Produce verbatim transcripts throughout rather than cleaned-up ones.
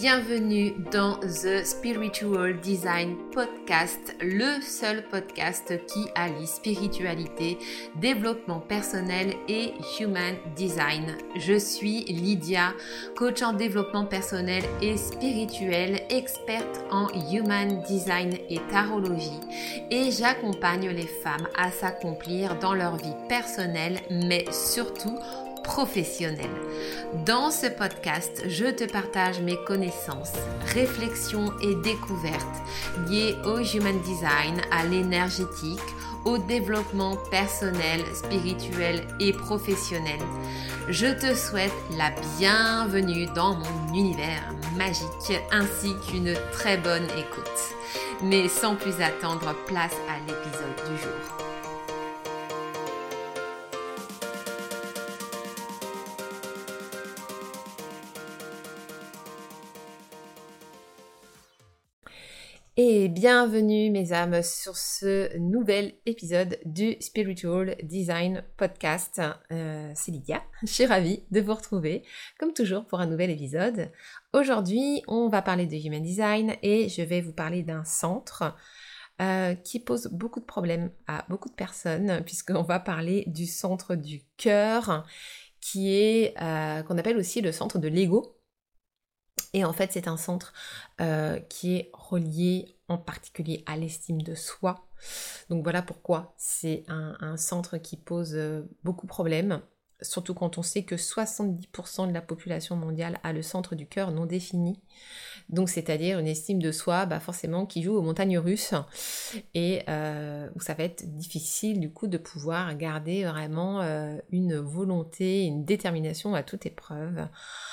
Bienvenue dans The Spiritual Design Podcast, le seul podcast qui allie spiritualité, développement personnel et human design. Je suis Lydia, coach en développement personnel et spirituel, experte en human design et tarologie, et j'accompagne les femmes à s'accomplir dans leur vie personnelle, mais surtout professionnelle. Dans ce podcast, je te partage mes connaissances, réflexions et découvertes liées au human design, à l'énergétique, au développement personnel, spirituel et professionnel. Je te souhaite la bienvenue dans mon univers magique ainsi qu'une très bonne écoute. Mais sans plus attendre, place à l'épisode du jour. Et bienvenue mes âmes sur ce nouvel épisode du Spiritual Design Podcast. Euh, c'est Lydia, je suis ravie de vous retrouver comme toujours pour un nouvel épisode. Aujourd'hui, on va parler de Human Design et je vais vous parler d'un centre euh, qui pose beaucoup de problèmes à beaucoup de personnes puisqu'on va parler du centre du cœur qui est, euh, qu'on appelle aussi le centre de l'ego. Et en fait, c'est un centre euh, qui est relié en particulier à l'estime de soi. Donc voilà pourquoi c'est un, un centre qui pose euh, beaucoup de problèmes, surtout quand on sait que soixante-dix pour cent de la population mondiale a le centre du cœur non défini. Donc c'est-à-dire une estime de soi bah forcément qui joue aux montagnes russes et euh, où ça va être difficile du coup de pouvoir garder vraiment euh, une volonté, une détermination à toute épreuve.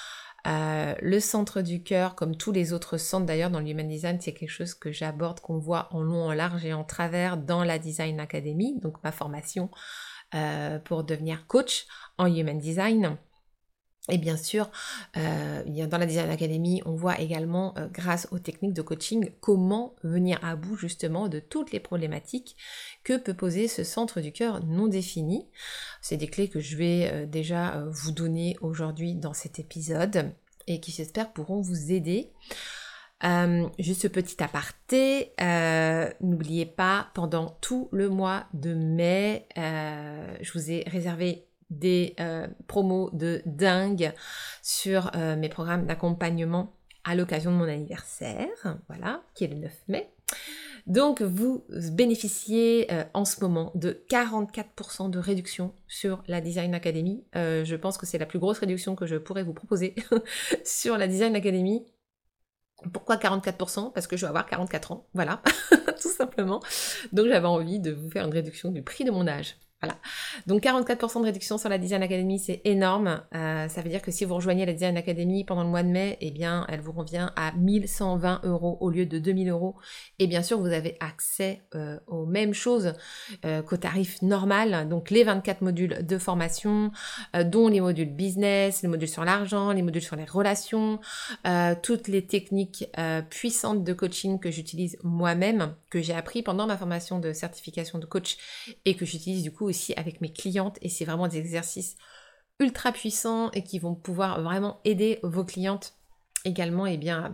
Euh, le centre du cœur, comme tous les autres centres d'ailleurs dans le Human Design, c'est quelque chose que j'aborde, qu'on voit en long, en large et en travers dans la Design Academy, donc ma formation euh, pour devenir coach en Human Design. Et bien sûr, euh, dans la Design Academy, on voit également, euh, grâce aux techniques de coaching, comment venir à bout justement de toutes les problématiques que peut poser ce centre du cœur non défini. C'est des clés que je vais euh, déjà euh, vous donner aujourd'hui dans cet épisode et qui j'espère pourront vous aider. Euh, juste ce petit aparté, euh, n'oubliez pas, pendant tout le mois de mai, euh, je vous ai réservé des euh, promos de dingue sur euh, mes programmes d'accompagnement à l'occasion de mon anniversaire, voilà, qui est le neuf mai. Donc vous bénéficiez euh, en ce moment de quarante-quatre pour cent de réduction sur la Design Academy. Euh, je pense que c'est la plus grosse réduction que je pourrais vous proposer sur la Design Academy. Pourquoi quarante-quatre pour cent? Parce que je vais avoir quarante-quatre ans, voilà, tout simplement. Donc j'avais envie de vous faire une réduction du prix de mon âge. Voilà, donc quarante-quatre pour cent de réduction sur la Design Academy, c'est énorme. Euh, ça veut dire que si vous rejoignez la Design Academy pendant le mois de mai, eh bien, elle vous revient à mille cent vingt euros au lieu de deux mille euros. Et bien sûr, vous avez accès euh, aux mêmes choses euh, qu'au tarif normal. Donc, les vingt-quatre modules de formation, euh, dont les modules business, les modules sur l'argent, les modules sur les relations, euh, toutes les techniques euh, puissantes de coaching que j'utilise moi-même, que j'ai appris pendant ma formation de certification de coach et que j'utilise du coup aussi avec mes clientes, et c'est vraiment des exercices ultra puissants et qui vont pouvoir vraiment aider vos clientes également et eh bien,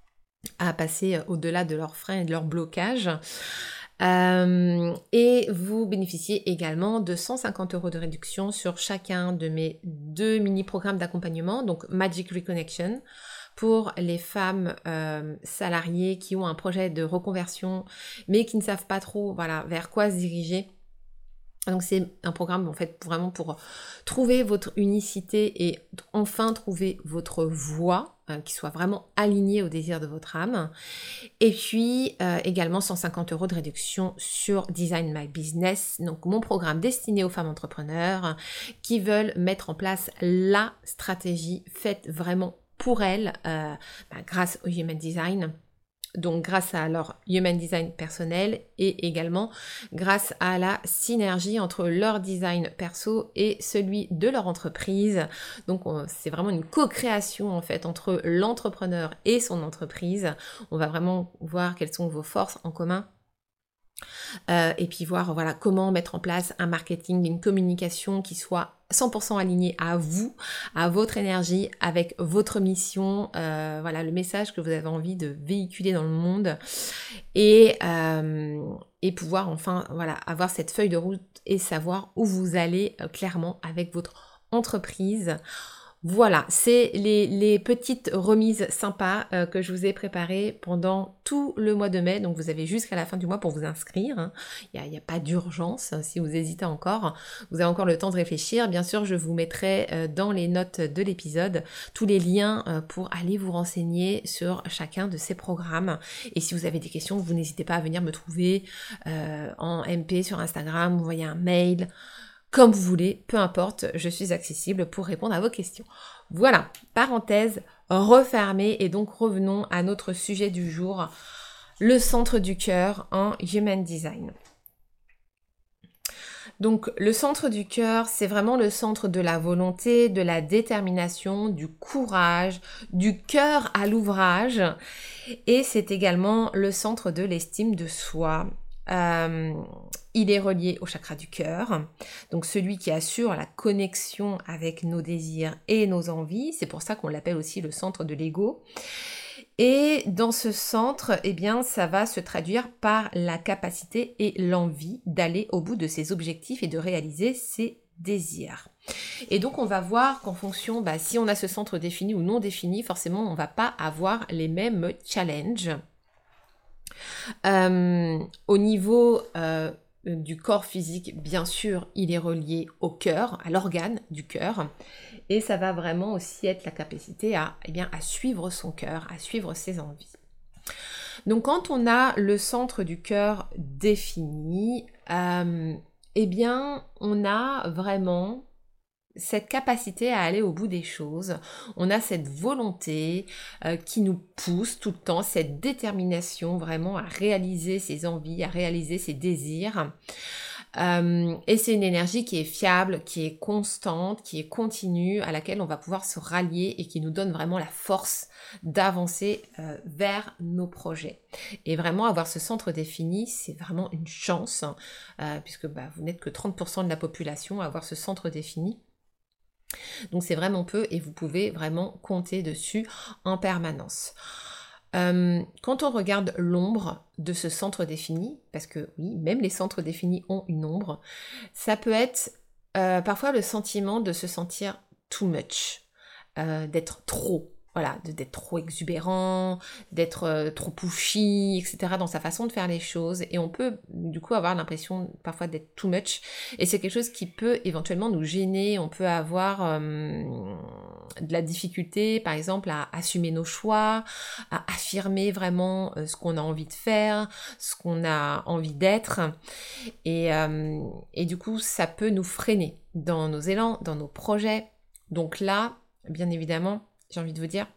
à passer au-delà de leurs freins et de leurs blocages. Euh, et vous bénéficiez également de cent cinquante euros de réduction sur chacun de mes deux mini-programmes d'accompagnement, donc Magic Reconnection, pour les femmes euh, salariées qui ont un projet de reconversion mais qui ne savent pas trop voilà, vers quoi se diriger. Donc c'est un programme en fait vraiment pour trouver votre unicité et enfin trouver votre voie euh, qui soit vraiment alignée au désir de votre âme. Et puis euh, également cent cinquante euros de réduction sur Design My Business, donc mon programme destiné aux femmes entrepreneurs qui veulent mettre en place la stratégie faite vraiment pour elles euh, bah, grâce au Human Design. Donc grâce à leur Human Design personnel et également grâce à la synergie entre leur design perso et celui de leur entreprise. Donc on, c'est vraiment une co-création en fait entre l'entrepreneur et son entreprise. On va vraiment voir quelles sont vos forces en commun. Euh, et puis voir voilà comment mettre en place un marketing, une communication qui soit cent pour cent aligné à vous, à votre énergie, avec votre mission, euh, voilà, le message que vous avez envie de véhiculer dans le monde et, euh, et pouvoir enfin voilà, avoir cette feuille de route et savoir où vous allez euh, clairement avec votre entreprise. Voilà, c'est les, les petites remises sympas euh, que je vous ai préparées pendant tout le mois de mai. Donc vous avez jusqu'à la fin du mois pour vous inscrire. Hein. Il n'y a, a pas d'urgence si vous hésitez encore. Vous avez encore le temps de réfléchir. Bien sûr, je vous mettrai euh, dans les notes de l'épisode tous les liens euh, pour aller vous renseigner sur chacun de ces programmes. Et si vous avez des questions, vous n'hésitez pas à venir me trouver euh, en M P sur Instagram, vous voyez un mail. Comme vous voulez, peu importe, je suis accessible pour répondre à vos questions. Voilà, parenthèse refermée et donc revenons à notre sujet du jour, le centre du cœur en Human Design. Donc le centre du cœur, c'est vraiment le centre de la volonté, de la détermination, du courage, du cœur à l'ouvrage et c'est également le centre de l'estime de soi. Euh, il est relié au chakra du cœur, donc celui qui assure la connexion avec nos désirs et nos envies, c'est pour ça qu'on l'appelle aussi le centre de l'ego. Et dans ce centre, eh bien, ça va se traduire par la capacité et l'envie d'aller au bout de ses objectifs et de réaliser ses désirs. Et donc on va voir qu'en fonction, bah, si on a ce centre défini ou non défini, forcément on ne va pas avoir les mêmes challenges. Euh, au niveau euh, du corps physique, bien sûr, il est relié au cœur, à l'organe du cœur, et ça va vraiment aussi être la capacité à, eh bien, à suivre son cœur, à suivre ses envies. Donc quand on a le centre du cœur défini, euh, eh bien, on a vraiment cette capacité à aller au bout des choses, on a cette volonté euh, qui nous pousse tout le temps, cette détermination vraiment à réaliser ses envies, à réaliser ses désirs. Euh, et c'est une énergie qui est fiable, qui est constante, qui est continue, à laquelle on va pouvoir se rallier et qui nous donne vraiment la force d'avancer euh, vers nos projets. Et vraiment avoir ce centre défini, c'est vraiment une chance, hein, euh, puisque bah, vous n'êtes que trente pour cent de la population à avoir ce centre défini. Donc c'est vraiment peu et vous pouvez vraiment compter dessus en permanence. Euh, quand on regarde l'ombre de ce centre défini, parce que oui, même les centres définis ont une ombre, ça peut être euh, parfois le sentiment de se sentir too much, euh, d'être trop. Voilà, d'être trop exubérant, d'être euh, trop pushy, et cetera dans sa façon de faire les choses. Et on peut du coup avoir l'impression parfois d'être too much. Et c'est quelque chose qui peut éventuellement nous gêner. On peut avoir euh, de la difficulté, par exemple, à assumer nos choix, à affirmer vraiment euh, ce qu'on a envie de faire, ce qu'on a envie d'être. Et, euh, et du coup, ça peut nous freiner dans nos élans, dans nos projets. Donc là, bien évidemment, j'ai envie de vous dire,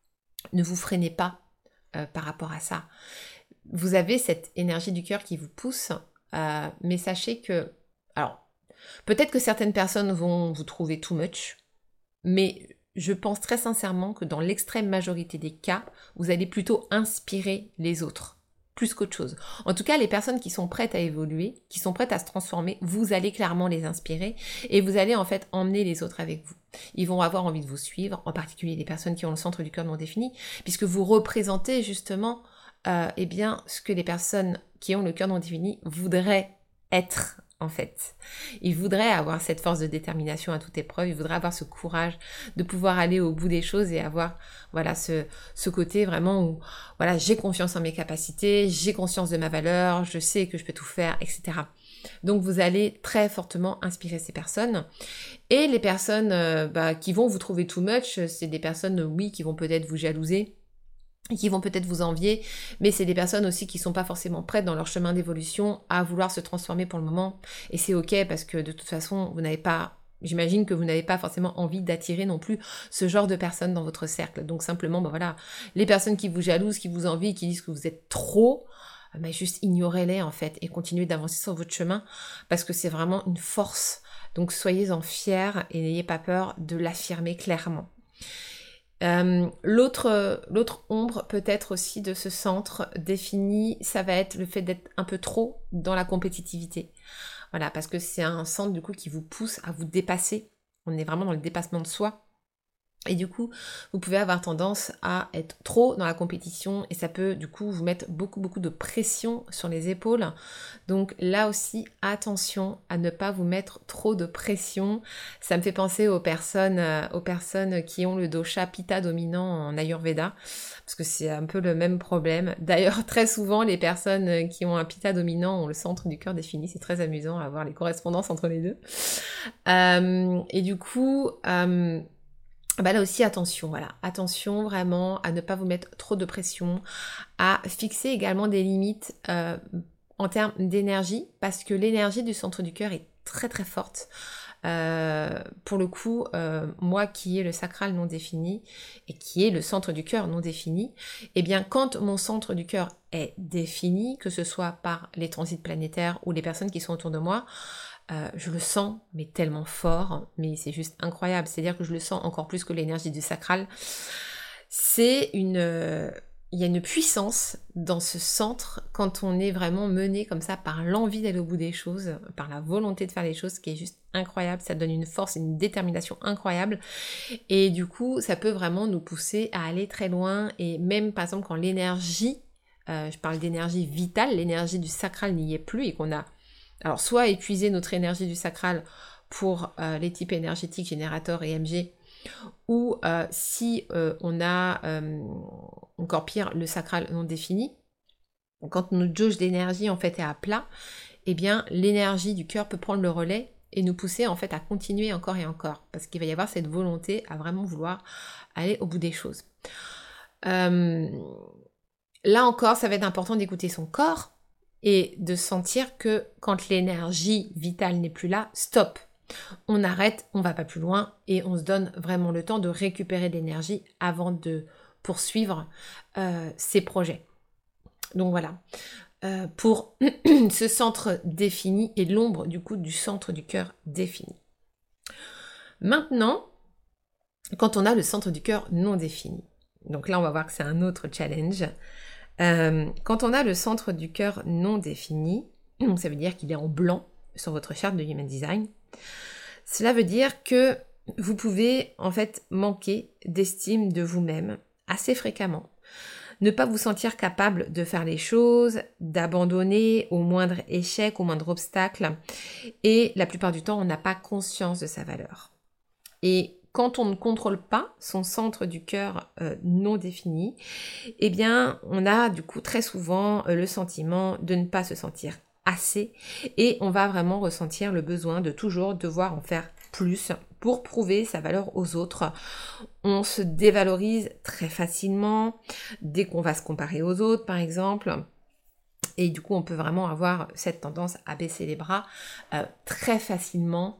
ne vous freinez pas euh, par rapport à ça. Vous avez cette énergie du cœur qui vous pousse, euh, mais sachez que, alors, peut-être que certaines personnes vont vous trouver too much, mais je pense très sincèrement que dans l'extrême majorité des cas, vous allez plutôt inspirer les autres, plus qu'autre chose. En tout cas, les personnes qui sont prêtes à évoluer, qui sont prêtes à se transformer, vous allez clairement les inspirer et vous allez en fait emmener les autres avec vous. Ils vont avoir envie de vous suivre, en particulier les personnes qui ont le centre du cœur non défini, puisque vous représentez justement euh, eh bien, ce que les personnes qui ont le cœur non défini voudraient être en fait. Ils voudraient avoir cette force de détermination à toute épreuve, ils voudraient avoir ce courage de pouvoir aller au bout des choses et avoir voilà ce, ce côté vraiment où voilà, j'ai confiance en mes capacités, j'ai conscience de ma valeur, je sais que je peux tout faire, et cetera. Donc vous allez très fortement inspirer ces personnes. Et les personnes euh, bah, qui vont vous trouver too much, c'est des personnes, oui, qui vont peut-être vous jalouser, qui vont peut-être vous envier, mais c'est des personnes aussi qui sont pas forcément prêtes dans leur chemin d'évolution à vouloir se transformer pour le moment. Et c'est ok parce que de toute façon, vous n'avez pas... J'imagine que vous n'avez pas forcément envie d'attirer non plus ce genre de personnes dans votre cercle. Donc simplement, ben voilà, les personnes qui vous jalousent, qui vous envient, qui disent que vous êtes trop... mais juste ignorez-les en fait et continuez d'avancer sur votre chemin parce que c'est vraiment une force. Donc soyez-en fiers et n'ayez pas peur de l'affirmer clairement. Euh, l'autre, l'autre ombre peut-être aussi de ce centre défini, ça va être le fait d'être un peu trop dans la compétitivité. Voilà, parce que c'est un centre du coup qui vous pousse à vous dépasser on est vraiment dans le dépassement de soi. Et du coup, vous pouvez avoir tendance à être trop dans la compétition et ça peut du coup vous mettre beaucoup beaucoup de pression sur les épaules. Donc là aussi, attention à ne pas vous mettre trop de pression. Ça me fait penser aux personnes, euh, aux personnes qui ont le dosha Pitta dominant en Ayurveda, parce que c'est un peu le même problème. D'ailleurs, très souvent, les personnes qui ont un Pitta dominant ont le centre du cœur défini. C'est très amusant à voir les correspondances entre les deux. Euh, et du coup... Euh, Bah là aussi attention, voilà, attention vraiment à ne pas vous mettre trop de pression, à fixer également des limites euh, en termes d'énergie, parce que l'énergie du centre du cœur est très très forte. Euh, pour le coup, euh, moi qui ai le sacral non défini et qui est le centre du cœur non défini, eh bien quand mon centre du cœur est défini, que ce soit par les transits planétaires ou les personnes qui sont autour de moi, Euh, je le sens, mais tellement fort, mais c'est juste incroyable. C'est-à-dire que je le sens encore plus que l'énergie du sacral. C'est une... Euh, il y a une puissance dans ce centre quand on est vraiment mené comme ça par l'envie d'aller au bout des choses, par la volonté de faire les choses, qui est juste incroyable. Ça donne une force, une détermination incroyable. Et du coup, ça peut vraiment nous pousser à aller très loin. Et même, par exemple, quand l'énergie, euh, je parle d'énergie vitale, l'énergie du sacral n'y est plus et qu'on a alors, soit épuiser notre énergie du sacral pour euh, les types énergétiques, générateurs et M G, ou euh, si euh, on a, euh, encore pire, le sacral non défini, quand notre jauge d'énergie en fait est à plat, eh bien l'énergie du cœur peut prendre le relais et nous pousser en fait à continuer encore et encore, parce qu'il va y avoir cette volonté à vraiment vouloir aller au bout des choses. Euh, là encore, ça va être important d'écouter son corps, et de sentir que quand l'énergie vitale n'est plus là, stop. On arrête, on va pas plus loin et on se donne vraiment le temps de récupérer de l'énergie avant de poursuivre euh, ses projets. Donc voilà, euh, pour ce centre défini et l'ombre du coup du centre du cœur défini. Maintenant, quand on a le centre du cœur non défini, donc là on va voir que c'est un autre challenge. Euh, quand on a le centre du cœur non défini, ça veut dire qu'il est en blanc sur votre charte de Human Design. Cela veut dire que vous pouvez en fait manquer d'estime de vous-même assez fréquemment. Ne pas vous sentir capable de faire les choses, d'abandonner au moindre échec, au moindre obstacle. Et la plupart du temps, on n'a pas conscience de sa valeur. Et quand on ne contrôle pas son centre du cœur euh, non défini, eh bien, on a du coup très souvent euh, le sentiment de ne pas se sentir assez et on va vraiment ressentir le besoin de toujours devoir en faire plus pour prouver sa valeur aux autres. On se dévalorise très facilement dès qu'on va se comparer aux autres, par exemple. Et du coup, on peut vraiment avoir cette tendance à baisser les bras euh, très facilement.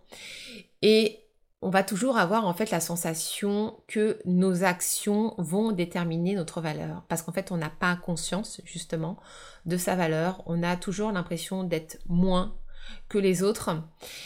Et on va toujours avoir en fait la sensation que nos actions vont déterminer notre valeur. Parce qu'en fait, on n'a pas conscience justement de sa valeur. On a toujours l'impression d'être moins que les autres.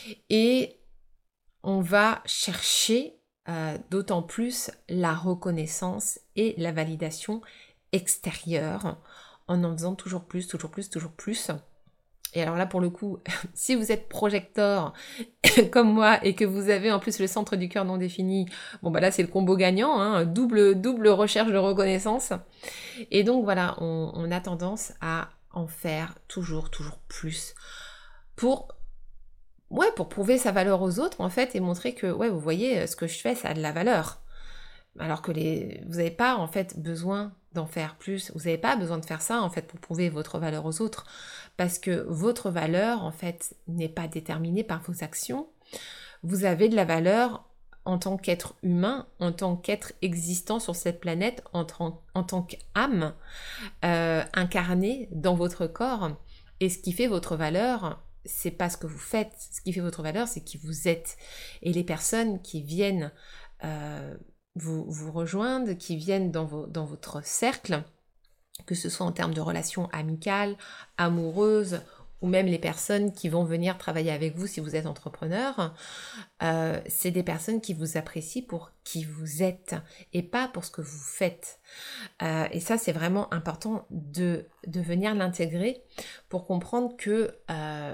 Et on va chercher euh, d'autant plus la reconnaissance et la validation extérieure en en faisant toujours plus, toujours plus, toujours plus. Et alors là, pour le coup, si vous êtes projecteur comme moi et que vous avez en plus le centre du cœur non défini, bon bah là c'est le combo gagnant, hein, double, double recherche de reconnaissance. Et donc voilà, on, on a tendance à en faire toujours, toujours plus pour, ouais, pour prouver sa valeur aux autres en fait et montrer que, ouais, vous voyez, ce que je fais, ça a de la valeur. Alors que les, vous n'avez pas en fait besoin d'en faire plus, vous n'avez pas besoin de faire ça en fait pour prouver votre valeur aux autres, parce que votre valeur en fait n'est pas déterminée par vos actions. Vous avez de la valeur en tant qu'être humain, en tant qu'être existant sur cette planète, en, tant, en tant qu'âme euh, incarnée dans votre corps. Et ce qui fait votre valeur, c'est pas ce que vous faites. Ce qui fait votre valeur, c'est qui vous êtes. Et les personnes qui viennent euh, vous, vous rejoindre, qui viennent dans, vos, dans votre cercle, que ce soit en termes de relations amicales, amoureuses, ou même les personnes qui vont venir travailler avec vous si vous êtes entrepreneur, euh, c'est des personnes qui vous apprécient pour qui vous êtes et pas pour ce que vous faites. Euh, et ça, c'est vraiment important de, de venir l'intégrer pour comprendre que euh,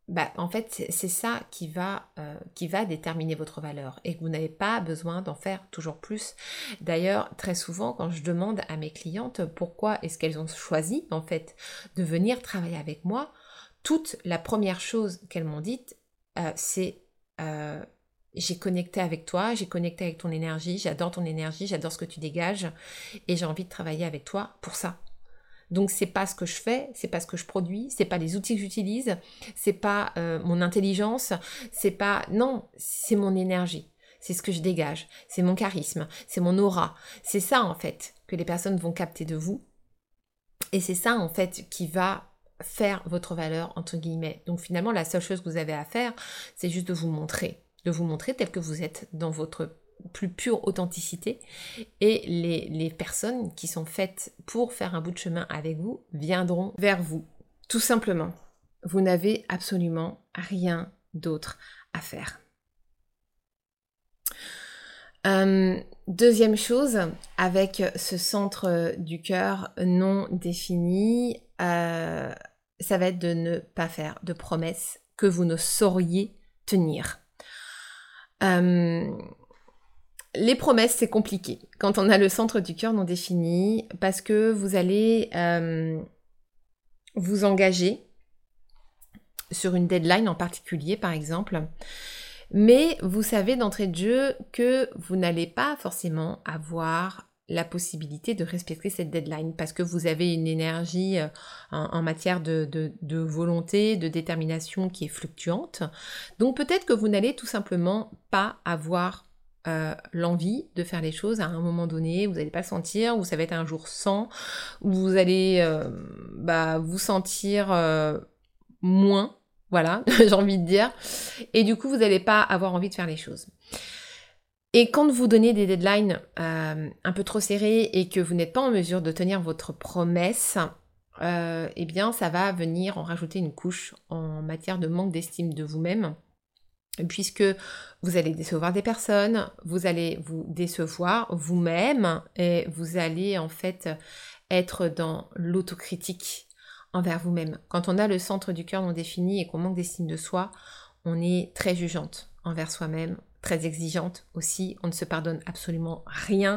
bah, en fait, c'est c'est ça qui va, euh, qui va déterminer votre valeur et que vous n'avez pas besoin d'en faire toujours plus. D'ailleurs, très souvent, quand je demande à mes clientes pourquoi est-ce qu'elles ont choisi, en fait, de venir travailler avec moi, toute la première chose qu'elles m'ont dite, euh, c'est euh, j'ai connecté avec toi, j'ai connecté avec ton énergie, j'adore ton énergie, j'adore ce que tu dégages et j'ai envie de travailler avec toi pour ça. Donc c'est pas ce que je fais, c'est pas ce que je produis, c'est pas les outils que j'utilise, c'est pas euh, mon intelligence, c'est pas non, c'est mon énergie, c'est ce que je dégage, c'est mon charisme, c'est mon aura, c'est ça en fait que les personnes vont capter de vous et c'est ça en fait qui va faire votre valeur entre guillemets. Donc finalement la seule chose que vous avez à faire, c'est juste de vous montrer, de vous montrer tel que vous êtes dans votre plus pure authenticité et les, les personnes qui sont faites pour faire un bout de chemin avec vous viendront vers vous. Tout simplement, vous n'avez absolument rien d'autre à faire. Euh, deuxième chose, avec ce centre du cœur non défini, euh, ça va être de ne pas faire de promesses que vous ne sauriez tenir. Euh, Les promesses, c'est compliqué quand on a le centre du cœur non défini parce que vous allez euh, vous engager sur une deadline en particulier, par exemple, mais vous savez d'entrée de jeu que vous n'allez pas forcément avoir la possibilité de respecter cette deadline parce que vous avez une énergie en, en matière de, de, de volonté, de détermination qui est fluctuante. Donc peut-être que vous n'allez tout simplement pas avoir Euh, l'envie de faire les choses à un moment donné, vous n'allez pas le sentir, ou ça va être un jour sans, où vous allez euh, bah, vous sentir euh, moins, voilà, j'ai envie de dire, et du coup vous n'allez pas avoir envie de faire les choses. Et quand vous donnez des deadlines euh, un peu trop serrées et que vous n'êtes pas en mesure de tenir votre promesse, euh, eh bien ça va venir en rajouter une couche en matière de manque d'estime de vous-même, puisque vous allez décevoir des personnes, vous allez vous décevoir vous-même et vous allez en fait être dans l'autocritique envers vous-même. Quand on a le centre du cœur non défini et qu'on manque d'estime de soi, on est très jugeante envers soi-même, très exigeante aussi, on ne se pardonne absolument rien,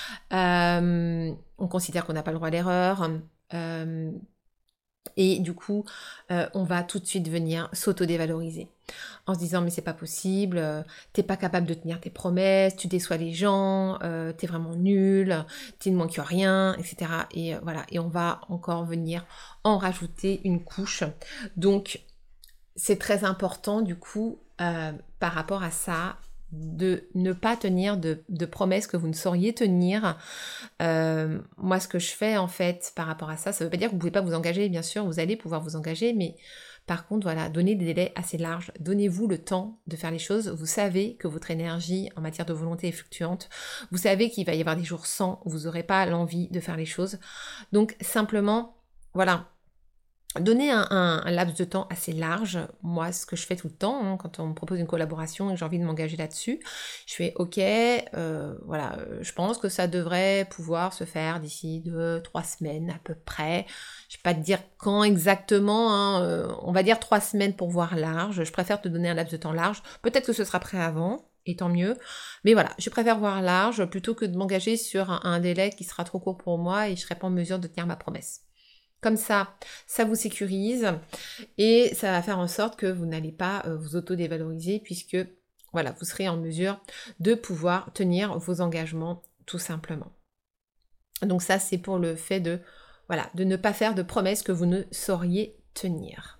euh, on considère qu'on n'a pas le droit à l'erreur, euh, et du coup, euh, on va tout de suite venir s'auto-dévaloriser en se disant mais c'est pas possible, euh, t'es pas capable de tenir tes promesses, tu déçois les gens, euh, t'es vraiment nul, tu ne manques rien, et cetera. Et euh, voilà, et on va encore venir en rajouter une couche. Donc c'est très important du coup euh, par rapport à ça, de ne pas tenir de, de promesses que vous ne sauriez tenir. Euh, moi, ce que je fais en fait par rapport à ça, ça ne veut pas dire que vous ne pouvez pas vous engager, bien sûr, vous allez pouvoir vous engager, mais par contre, voilà, donnez des délais assez larges, donnez-vous le temps de faire les choses. Vous savez que votre énergie en matière de volonté est fluctuante, vous savez qu'il va y avoir des jours sans où vous n'aurez pas l'envie de faire les choses. Donc simplement, voilà, donner un, un, un laps de temps assez large. Moi, ce que je fais tout le temps, hein, quand on me propose une collaboration et que j'ai envie de m'engager là-dessus, je fais ok, euh, voilà, je pense que ça devrait pouvoir se faire d'ici deux, trois semaines à peu près. Je ne vais pas te dire quand exactement, hein, euh, on va dire trois semaines pour voir large. Je préfère te donner un laps de temps large. Peut-être que ce sera prêt avant, et tant mieux. Mais voilà, je préfère voir large plutôt que de m'engager sur un, un délai qui sera trop court pour moi et je ne serai pas en mesure de tenir ma promesse. Comme ça, ça vous sécurise et ça va faire en sorte que vous n'allez pas vous auto-dévaloriser puisque voilà, vous serez en mesure de pouvoir tenir vos engagements tout simplement. Donc ça, c'est pour le fait de, voilà, de ne pas faire de promesses que vous ne sauriez tenir.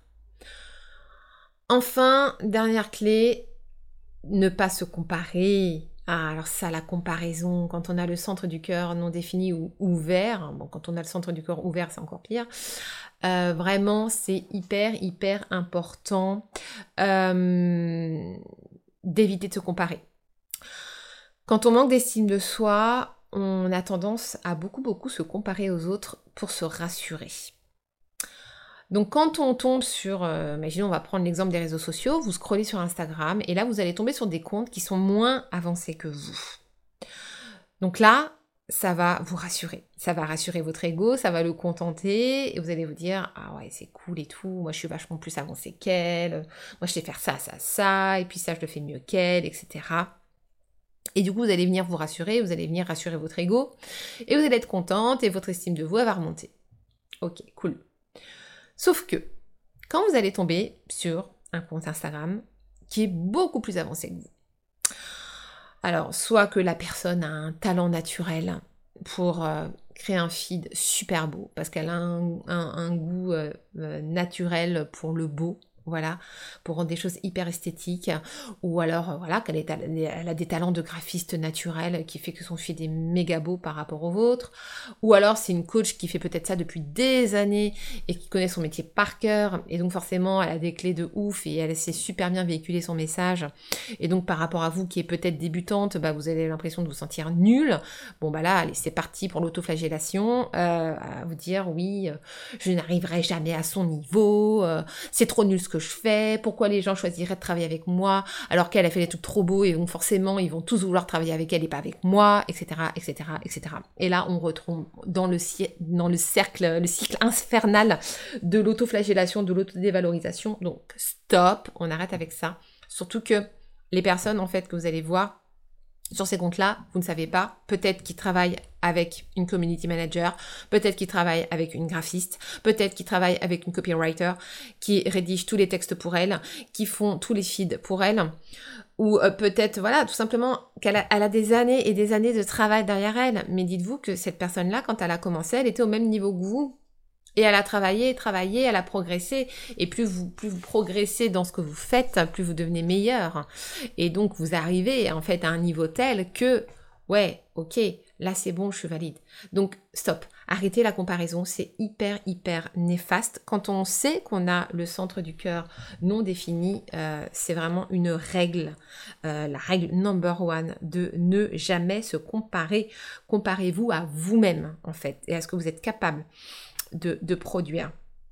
Enfin, dernière clé, ne pas se comparer. Ah, alors ça, la comparaison, quand on a le centre du cœur non défini ou ouvert, bon, quand on a le centre du cœur ouvert, c'est encore pire, euh, vraiment, c'est hyper, hyper important euh, d'éviter de se comparer. Quand on manque d'estime de soi, on a tendance à beaucoup, beaucoup se comparer aux autres pour se rassurer. Donc quand on tombe sur, euh, imaginons on va prendre l'exemple des réseaux sociaux, vous scrollez sur Instagram et là vous allez tomber sur des comptes qui sont moins avancés que vous. Donc là, ça va vous rassurer. Ça va rassurer votre ego, ça va le contenter et vous allez vous dire « Ah ouais, c'est cool et tout, moi je suis vachement plus avancée qu'elle, moi je sais faire ça, ça, ça, et puis ça je le fais mieux qu'elle, et cetera » Et du coup, vous allez venir vous rassurer, vous allez venir rassurer votre ego et vous allez être contente et votre estime de vous, elle va remonter. Ok, cool. Sauf que, quand vous allez tomber sur un compte Instagram qui est beaucoup plus avancé que vous, alors, soit que la personne a un talent naturel pour euh, créer un feed super beau, parce qu'elle a un, un, un goût euh, euh, naturel pour le beau, voilà, pour rendre des choses hyper esthétiques, ou alors, euh, voilà, qu'elle est, elle a des talents de graphiste naturel qui fait que son feed est méga beau par rapport au vôtre, ou alors c'est une coach qui fait peut-être ça depuis des années et qui connaît son métier par cœur, et donc forcément, elle a des clés de ouf et elle sait super bien véhiculer son message. Et donc par rapport à vous qui est peut-être débutante, bah, vous avez l'impression de vous sentir nulle. Bon bah là, allez, c'est parti pour l'autoflagellation, euh, à vous dire oui, euh, je n'arriverai jamais à son niveau, euh, c'est trop nul ce que je fais, pourquoi les gens choisiraient de travailler avec moi alors qu'elle a fait des trucs trop beaux et donc forcément ils vont tous vouloir travailler avec elle et pas avec moi, et cetera, et cetera, et cetera. Et là, on retrouve dans le, dans le cercle, le cycle infernal de l'autoflagellation, de l'autodévalorisation. Donc stop, on arrête avec ça. Surtout que les personnes en fait que vous allez voir sur ces comptes-là, vous ne savez pas, peut-être qu'ils travaillent avec une community manager, peut-être qu'ils travaillent avec une graphiste, peut-être qu'ils travaillent avec une copywriter qui rédige tous les textes pour elle, qui font tous les feeds pour elle, ou euh, peut-être, voilà, tout simplement qu'elle a, elle a des années et des années de travail derrière elle. Mais dites-vous que cette personne-là, quand elle a commencé, elle était au même niveau que vous. Et elle a travaillé, travaillé, elle a progressé. Et plus vous, plus vous progressez dans ce que vous faites, plus vous devenez meilleur. Et donc, vous arrivez en fait à un niveau tel que, ouais, ok, là c'est bon, je suis valide. Donc, stop. Arrêtez la comparaison. C'est hyper, hyper néfaste. Quand on sait qu'on a le centre du cœur non défini, euh, c'est vraiment une règle. Euh, la règle number one de ne jamais se comparer. Comparez-vous à vous-même, en fait, et à ce que vous êtes capable De, de produire.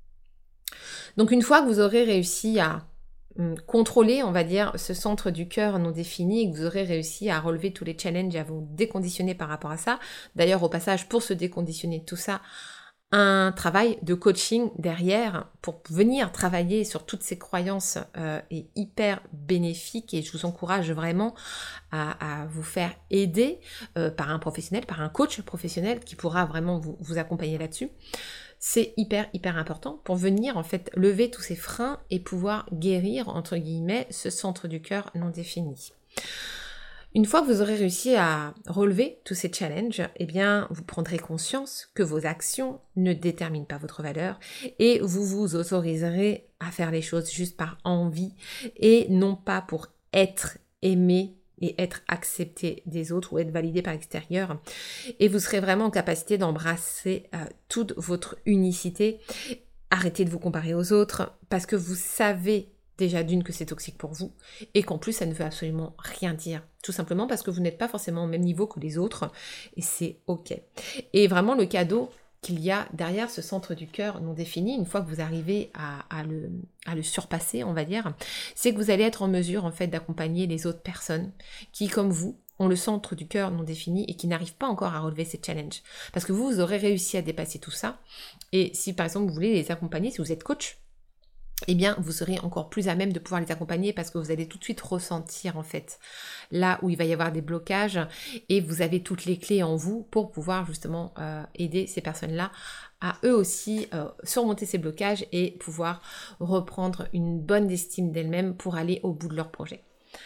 Donc une fois que vous aurez réussi à hum, contrôler, on va dire, ce centre du cœur non défini et que vous aurez réussi à relever tous les challenges et à vous déconditionner par rapport à ça, d'ailleurs au passage pour se déconditionner de tout ça, un travail de coaching derrière pour venir travailler sur toutes ces croyances euh, est hyper bénéfique et je vous encourage vraiment à, à vous faire aider euh, par un professionnel, par un coach professionnel qui pourra vraiment vous, vous accompagner là-dessus. C'est hyper, hyper important pour venir en fait lever tous ces freins et pouvoir guérir, entre guillemets, ce centre du cœur non défini. Une fois que vous aurez réussi à relever tous ces challenges, eh bien, vous prendrez conscience que vos actions ne déterminent pas votre valeur et vous vous autoriserez à faire les choses juste par envie et non pas pour être aimé et être accepté des autres ou être validé par l'extérieur. Et vous serez vraiment en capacité d'embrasser euh, toute votre unicité. Arrêtez de vous comparer aux autres parce que vous savez déjà d'une que c'est toxique pour vous et qu'en plus ça ne veut absolument rien dire. Tout simplement parce que vous n'êtes pas forcément au même niveau que les autres et c'est ok. Et vraiment le cadeau qu'il y a derrière ce centre du cœur non défini, une fois que vous arrivez à, à, le, à le surpasser, on va dire, c'est que vous allez être en mesure en fait d'accompagner les autres personnes qui, comme vous, ont le centre du cœur non défini et qui n'arrivent pas encore à relever ces challenges. Parce que vous, vous aurez réussi à dépasser tout ça. Et si par exemple vous voulez les accompagner, si vous êtes coach, eh bien, vous serez encore plus à même de pouvoir les accompagner parce que vous allez tout de suite ressentir en fait là où il va y avoir des blocages et vous avez toutes les clés en vous pour pouvoir justement euh, aider ces personnes-là à eux aussi euh, surmonter ces blocages et pouvoir reprendre une bonne estime d'elles-mêmes pour aller au bout de leur projet.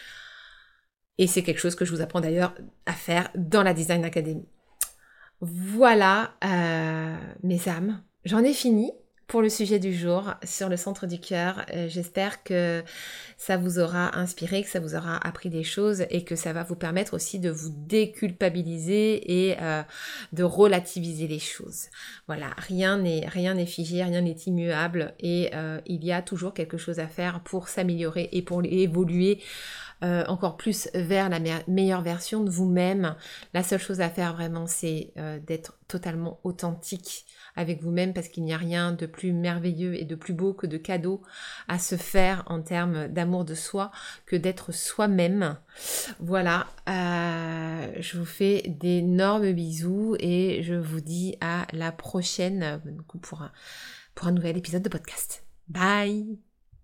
Et c'est quelque chose que je vous apprends d'ailleurs à faire dans la Design Academy. Voilà euh, mes âmes, j'en ai fini pour le sujet du jour sur le centre du cœur. Euh, j'espère que ça vous aura inspiré, que ça vous aura appris des choses et que ça va vous permettre aussi de vous déculpabiliser et euh, de relativiser les choses. Voilà, rien n'est rien n'est figé, rien n'est immuable et euh, il y a toujours quelque chose à faire pour s'améliorer et pour évoluer euh, encore plus vers la me- meilleure version de vous-même. La seule chose à faire vraiment, c'est euh, d'être totalement authentique avec vous-même, parce qu'il n'y a rien de plus merveilleux et de plus beau que de cadeaux à se faire en termes d'amour de soi que d'être soi-même. Voilà, euh, je vous fais d'énormes bisous et je vous dis à la prochaine, du coup, pour un, pour un nouvel épisode de podcast. Bye!